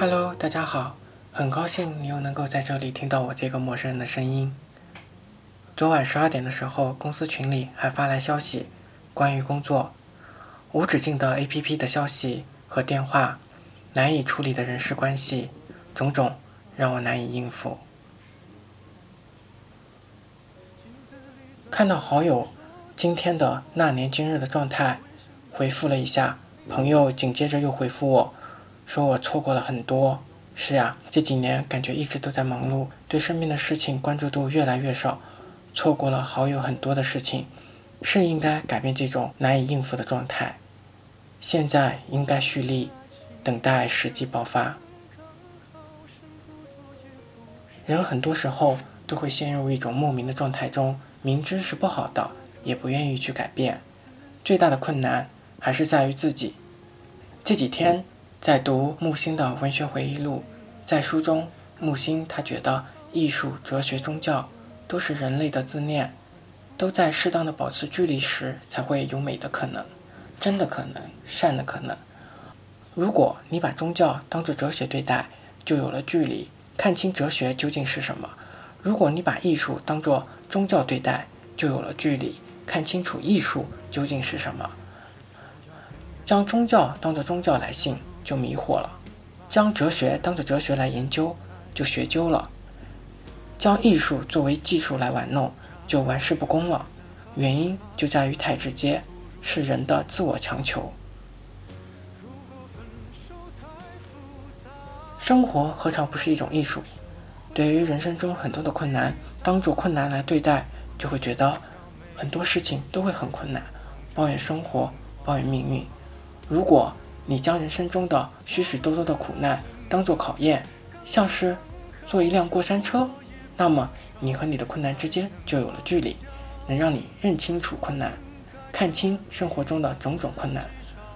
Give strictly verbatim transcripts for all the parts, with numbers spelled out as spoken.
Hello， 大家好，很高兴你又能够在这里听到我这个陌生人的声音。昨晚十二点的时候，公司群里还发来消息，关于工作，无止境的 A P P 的消息和电话，难以处理的人事关系，种种让我难以应付。看到好友今天的那年今日的状态，回复了一下，朋友紧接着又回复我，说我错过了很多。是呀，这几年感觉一直都在忙碌，对身边的事情关注度越来越少，错过了好友很多的事情，是应该改变这种难以应付的状态。现在应该蓄力，等待时机爆发。人很多时候都会陷入一种莫名的状态中，明知是不好的，也不愿意去改变。最大的困难还是在于自己。这几天在读木心的文学回忆录，在书中，木心他觉得艺术、哲学、宗教都是人类的自恋，都在适当的保持距离时才会有美的可能，真的可能，善的可能。如果你把宗教当作哲学对待，就有了距离，看清哲学究竟是什么；如果你把艺术当作宗教对待，就有了距离，看清楚艺术究竟是什么。将宗教当作宗教来信，就迷惑了；将哲学当作哲学来研究，就学究了；将艺术作为技术来玩弄，就玩世不恭了。原因就在于太直接，是人的自我强求。生活何尝不是一种艺术？对于人生中很多的困难，当作困难来对待，就会觉得很多事情都会很困难，抱怨生活，抱怨命运。如果你将人生中的许许多多的苦难当作考验，像是坐一辆过山车，那么你和你的困难之间就有了距离，能让你认清楚困难，看清生活中的种种困难。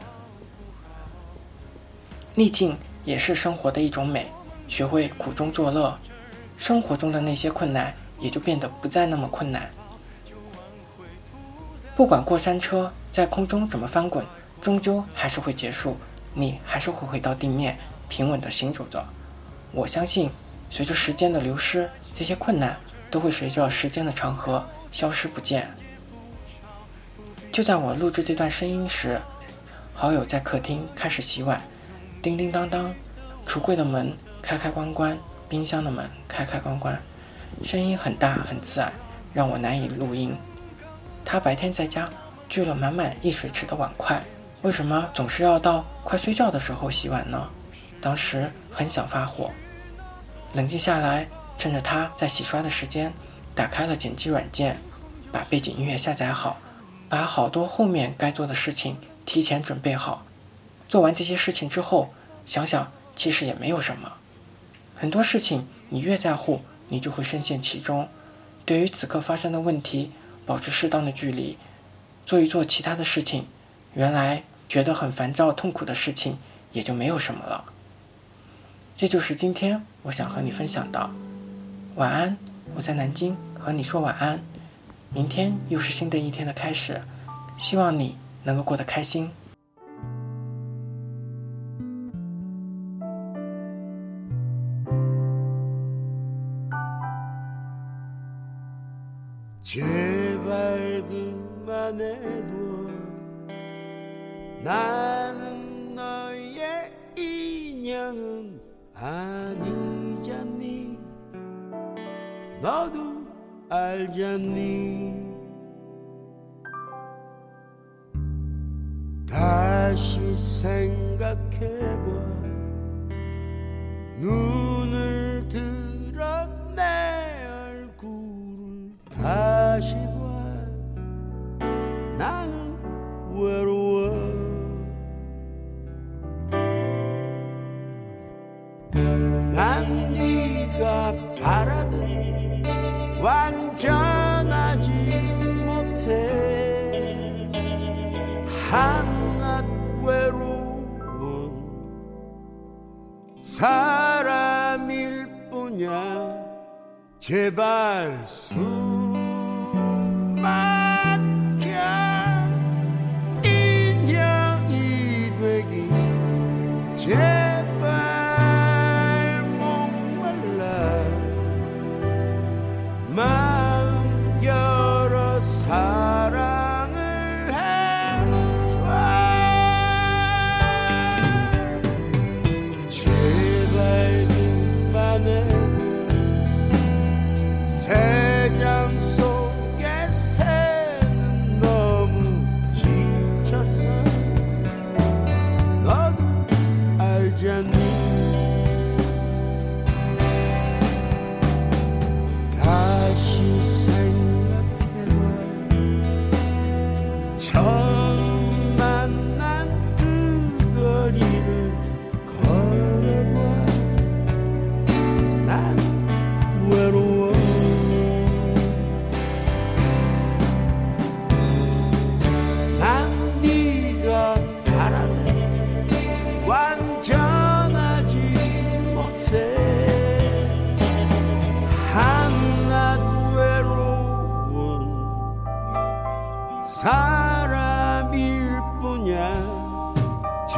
逆境也是生活的一种美，学会苦中作乐，生活中的那些困难也就变得不再那么困难。不管过山车在空中怎么翻滚，终究还是会结束，你还是会回到地面，平稳地行走着。我相信随着时间的流失，这些困难都会随着时间的长河消失不见。就在我录制这段声音时，好友在客厅开始洗碗，叮叮当当，橱柜的门开开关关，冰箱的门开开关关，声音很大很刺耳，让我难以录音。他白天在家聚了满满一水池的碗筷，为什么总是要到快睡觉的时候洗碗呢？当时很想发火，冷静下来，趁着他在洗刷的时间，打开了剪辑软件，把背景音乐下载好，把好多后面该做的事情提前准备好。做完这些事情之后，想想其实也没有什么。很多事情你越在乎，你就会深陷其中。对于此刻发生的问题，保持适当的距离，做一做其他的事情，原来觉得很烦躁痛苦的事情也就没有什么了。这就是今天我想和你分享的。晚安，我在南京和你说晚安。明天又是新的一天的开始，希望你能够过得开心。 다시생각해봐 눈을 들어 내 얼굴을 다시 봐 나는 외로워 난 네가 바라던 완전하지 못해 한낱 외로운 사람일 뿐이야 제발 숨 막혀 인형이 되기 제발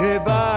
제발